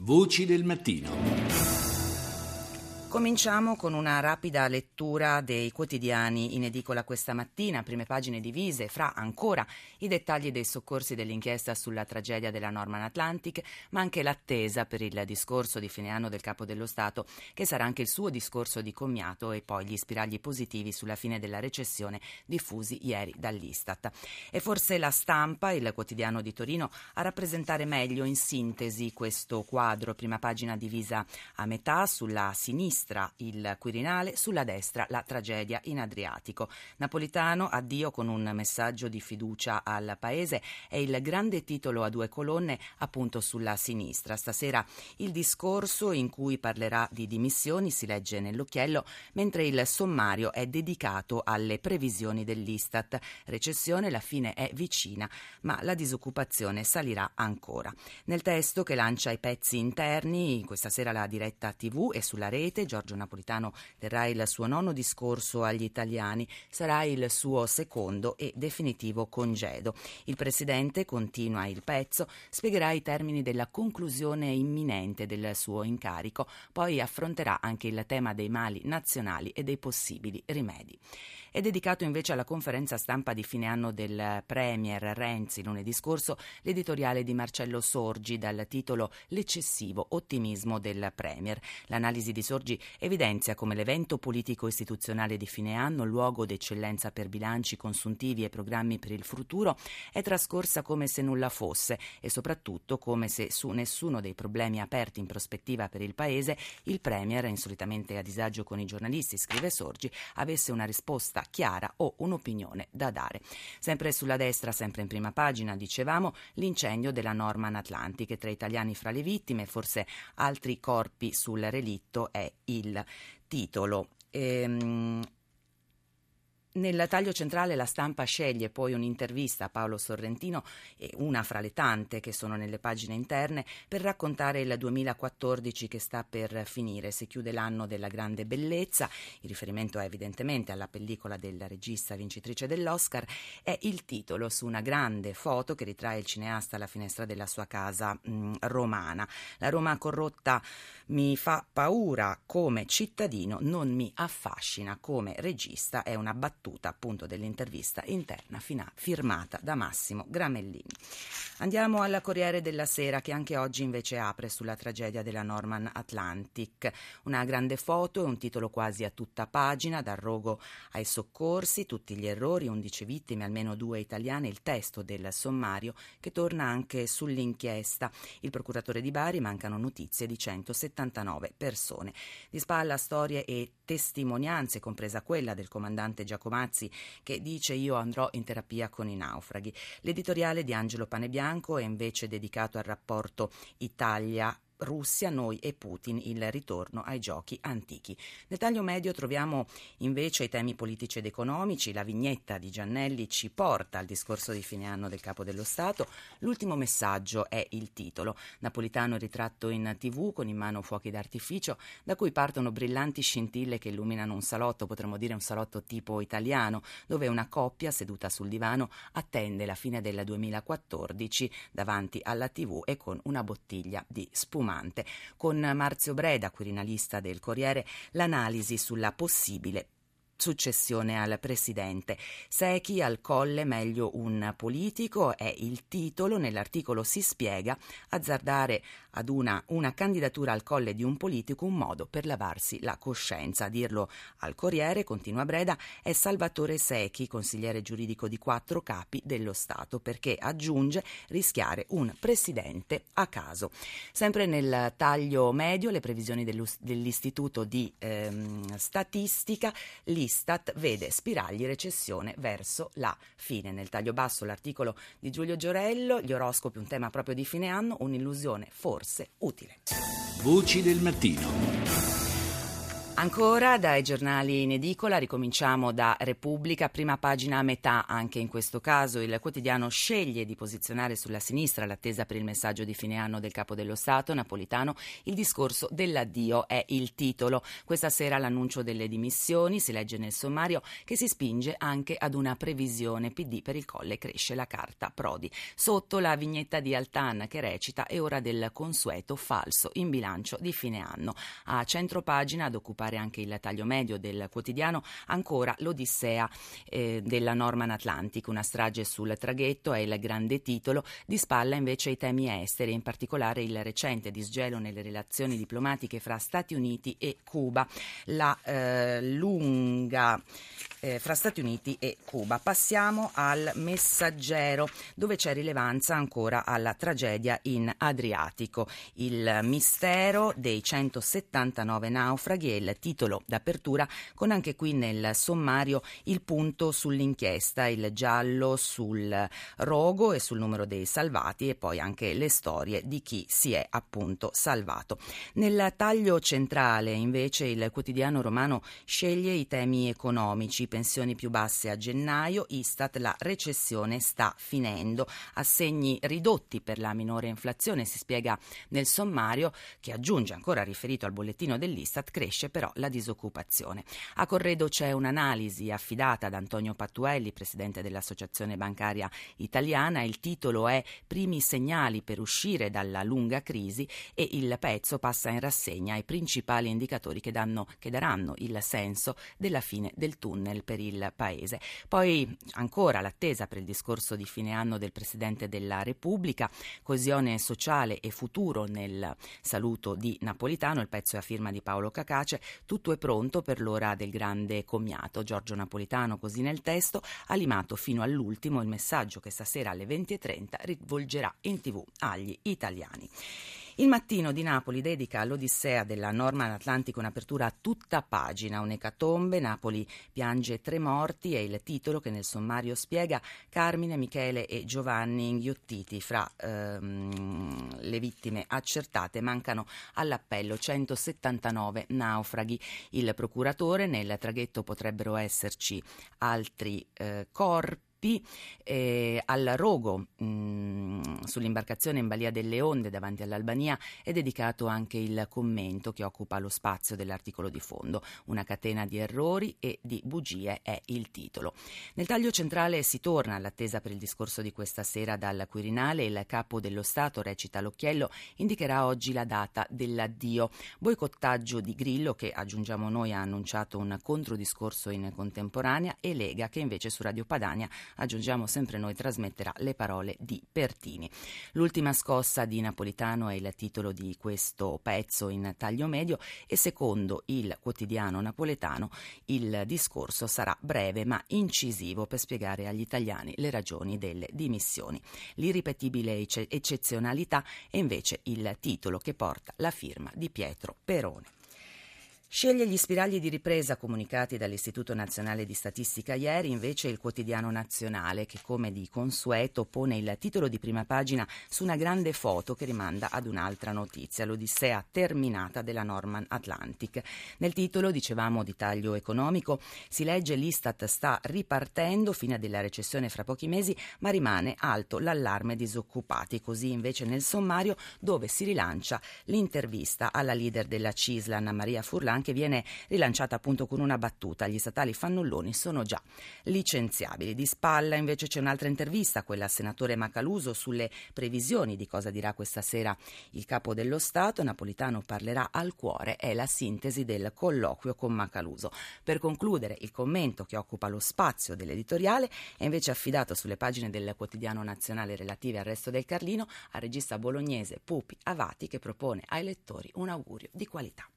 Voci del mattino. Cominciamo con una rapida lettura dei quotidiani in edicola questa mattina, prime pagine divise fra ancora i dettagli dei soccorsi dell'inchiesta sulla tragedia della Norman Atlantic, ma anche l'attesa per il discorso di fine anno del Capo dello Stato, che sarà anche il suo discorso di commiato, e poi gli spiragli positivi sulla fine della recessione diffusi ieri dall'Istat. E forse La Stampa, il quotidiano di Torino, a rappresentare meglio in sintesi questo quadro, prima pagina divisa a metà, sulla sinistra il Quirinale, sulla destra la tragedia in Adriatico. Napolitano, addio con un messaggio di fiducia al Paese, è il grande titolo a due colonne appunto sulla sinistra. Stasera il discorso in cui parlerà di dimissioni si legge nell'occhiello, mentre il sommario è dedicato alle previsioni dell'Istat. Recessione, la fine è vicina, ma la disoccupazione salirà ancora. Nel testo, che lancia i pezzi interni, questa sera la diretta TV e sulla rete, Giorgio Napolitano terrà il suo nono discorso agli italiani, sarà il suo secondo e definitivo congedo. Il presidente, continua il pezzo, spiegherà i termini della conclusione imminente del suo incarico, poi affronterà anche il tema dei mali nazionali e dei possibili rimedi. È dedicato invece alla conferenza stampa di fine anno del Premier Renzi lunedì scorso l'editoriale di Marcello Sorgi dal titolo L'eccessivo ottimismo del Premier. L'analisi di Sorgi evidenzia come l'evento politico-istituzionale di fine anno, luogo d'eccellenza per bilanci consuntivi e programmi per il futuro, è trascorsa come se nulla fosse e soprattutto come se su nessuno dei problemi aperti in prospettiva per il Paese il Premier, insolitamente a disagio con i giornalisti, scrive Sorgi, avesse una risposta chiara o un'opinione da dare. Sempre sulla destra, sempre in prima pagina, dicevamo, l'incendio della Norman Atlantic, 3 italiani fra le vittime, forse altri corpi sul relitto è il titolo. Nel taglio centrale La Stampa sceglie poi un'intervista a Paolo Sorrentino, una fra le tante che sono nelle pagine interne, per raccontare il 2014 che sta per finire. Si chiude l'anno della grande bellezza, il riferimento è evidentemente alla pellicola della regista vincitrice dell'Oscar, è il titolo su una grande foto che ritrae il cineasta alla finestra della sua casa romana. La Roma corrotta mi fa paura come cittadino, non mi affascina come regista, è una battuta appunto dell'intervista interna firmata da Massimo Gramellini. Andiamo al Corriere della Sera, che anche oggi invece apre sulla tragedia della Norman Atlantic. Una grande foto e un titolo quasi a tutta pagina, dal rogo ai soccorsi, tutti gli errori, 11 vittime, almeno 2 italiane, il testo del sommario che torna anche sull'inchiesta. Il procuratore di Bari, mancano notizie di 179 persone. Di spalla storie e testimonianze, compresa quella del comandante Giacomazzi che dice io andrò in terapia con i naufraghi. L'editoriale di Angelo Panebianco è invece dedicato al rapporto Italia-Russia, noi e Putin, il ritorno ai giochi antichi. Nel taglio medio troviamo invece i temi politici ed economici. La vignetta di Giannelli ci porta al discorso di fine anno del Capo dello Stato. L'ultimo messaggio è il titolo. Napolitano è ritratto in TV con in mano fuochi d'artificio da cui partono brillanti scintille che illuminano un salotto, potremmo dire un salotto tipo italiano, dove una coppia seduta sul divano attende la fine del 2014 davanti alla TV e con una bottiglia di spumante. Con Marzio Breda, quirinalista del Corriere, l'analisi sulla possibile successione al presidente. Secchi al Colle, meglio un politico, è il titolo. Nell'articolo si spiega: azzardare ad una candidatura al Colle di un politico, un modo per lavarsi la coscienza. A dirlo al Corriere, continua Breda, è Salvatore Secchi, consigliere giuridico di 4 capi dello Stato, perché, aggiunge, rischiare un presidente a caso. Sempre nel taglio medio, le previsioni dell'Istituto di Statistica. L'Istat vede spiragli recessione verso la fine. Nel taglio basso l'articolo di Giulio Giorello, gli oroscopi, un tema proprio di fine anno, un'illusione forse utile. Voci del mattino. Ancora dai giornali in edicola, ricominciamo da Repubblica, prima pagina a metà anche in questo caso. Il quotidiano sceglie di posizionare sulla sinistra l'attesa per il messaggio di fine anno del Capo dello Stato, Napolitano. Il discorso dell'addio è il titolo. Questa sera l'annuncio delle dimissioni, si legge nel sommario, che si spinge anche ad una previsione. PD per il Colle, cresce la carta Prodi. Sotto la vignetta di Altan che recita: è ora del consueto falso in bilancio di fine anno. A centropagina, ad occupare anche il taglio medio del quotidiano, ancora l'odissea della Norman Atlantic, una strage sul traghetto è il grande titolo. Di spalla invece i temi esteri, in particolare il recente disgelo nelle relazioni diplomatiche fra Stati Uniti e Cuba, fra Stati Uniti e Cuba. Passiamo al Messaggero, dove c'è rilevanza ancora alla tragedia in Adriatico, il mistero dei 179 naufraghi è il titolo d'apertura, con anche qui nel sommario il punto sull'inchiesta, il giallo sul rogo e sul numero dei salvati, e poi anche le storie di chi si è appunto salvato. Nel taglio centrale invece il quotidiano romano sceglie i temi economici: pensioni più basse a gennaio, Istat, la recessione sta finendo, assegni ridotti per la minore inflazione, si spiega nel sommario, che aggiunge ancora, riferito al bollettino dell'Istat, cresce però la disoccupazione. A Corredo c'è un'analisi affidata da Antonio Pattuelli, presidente dell'Associazione Bancaria Italiana. Il titolo è "Primi segnali per uscire dalla lunga crisi", e il pezzo passa in rassegna i principali indicatori che daranno il senso della fine del tunnel per il Paese. Poi ancora l'attesa per il discorso di fine anno del Presidente della Repubblica, coesione sociale e futuro nel saluto di Napolitano. Il pezzo è a firma di Paolo Cacace. Tutto è pronto per l'ora del grande commiato. Giorgio Napolitano, così nel testo, ha limato fino all'ultimo il messaggio che stasera alle 20:30 rivolgerà in TV agli italiani. Il Mattino di Napoli dedica all'odissea della Norman Atlantic un'apertura a tutta pagina, un'ecatombe, Napoli piange 3 morti, è il titolo che nel sommario spiega: Carmine, Michele e Giovanni inghiottiti. Fra le vittime accertate mancano all'appello 179 naufraghi. Il procuratore: nel traghetto potrebbero esserci altri corpi. Al rogo sull'imbarcazione in Balia delle Onde davanti all'Albania è dedicato anche il commento che occupa lo spazio dell'articolo di fondo. Una catena di errori e di bugie è il titolo. Nel taglio centrale si torna all'attesa per il discorso di questa sera dal Quirinale. Il Capo dello Stato, recita l'occhiello, indicherà oggi la data dell'addio. Boicottaggio di Grillo, che aggiungiamo noi ha annunciato un controdiscorso in contemporanea, e Lega, che invece su Radio Padania, aggiungiamo sempre noi, trasmetterà le parole di Pertini. L'ultima scossa di Napolitano è il titolo di questo pezzo in taglio medio, e secondo il quotidiano napoletano il discorso sarà breve ma incisivo per spiegare agli italiani le ragioni delle dimissioni. L'irripetibile eccezionalità è invece il titolo che porta la firma di Pietro Perone. Sceglie gli spiragli di ripresa comunicati dall'Istituto Nazionale di Statistica ieri invece il Quotidiano Nazionale, che come di consueto pone il titolo di prima pagina su una grande foto che rimanda ad un'altra notizia: l'odissea terminata della Norman Atlantic. Nel titolo, dicevamo di taglio economico, si legge: l'Istat sta ripartendo, fine della recessione fra pochi mesi, ma rimane alto l'allarme disoccupati. Così invece nel sommario, dove si rilancia l'intervista alla leader della CISL, Anna Maria Furlan, che viene rilanciata appunto con una battuta: gli statali fannulloni sono già licenziabili. Di spalla invece c'è un'altra intervista, quella al senatore Macaluso, sulle previsioni di cosa dirà questa sera il Capo dello Stato. Napolitano parlerà al cuore, è la sintesi del colloquio con Macaluso. Per concludere, il commento che occupa lo spazio dell'editoriale è invece affidato sulle pagine del Quotidiano Nazionale relative al resto del Carlino al regista bolognese Pupi Avati, che propone ai lettori un augurio di qualità.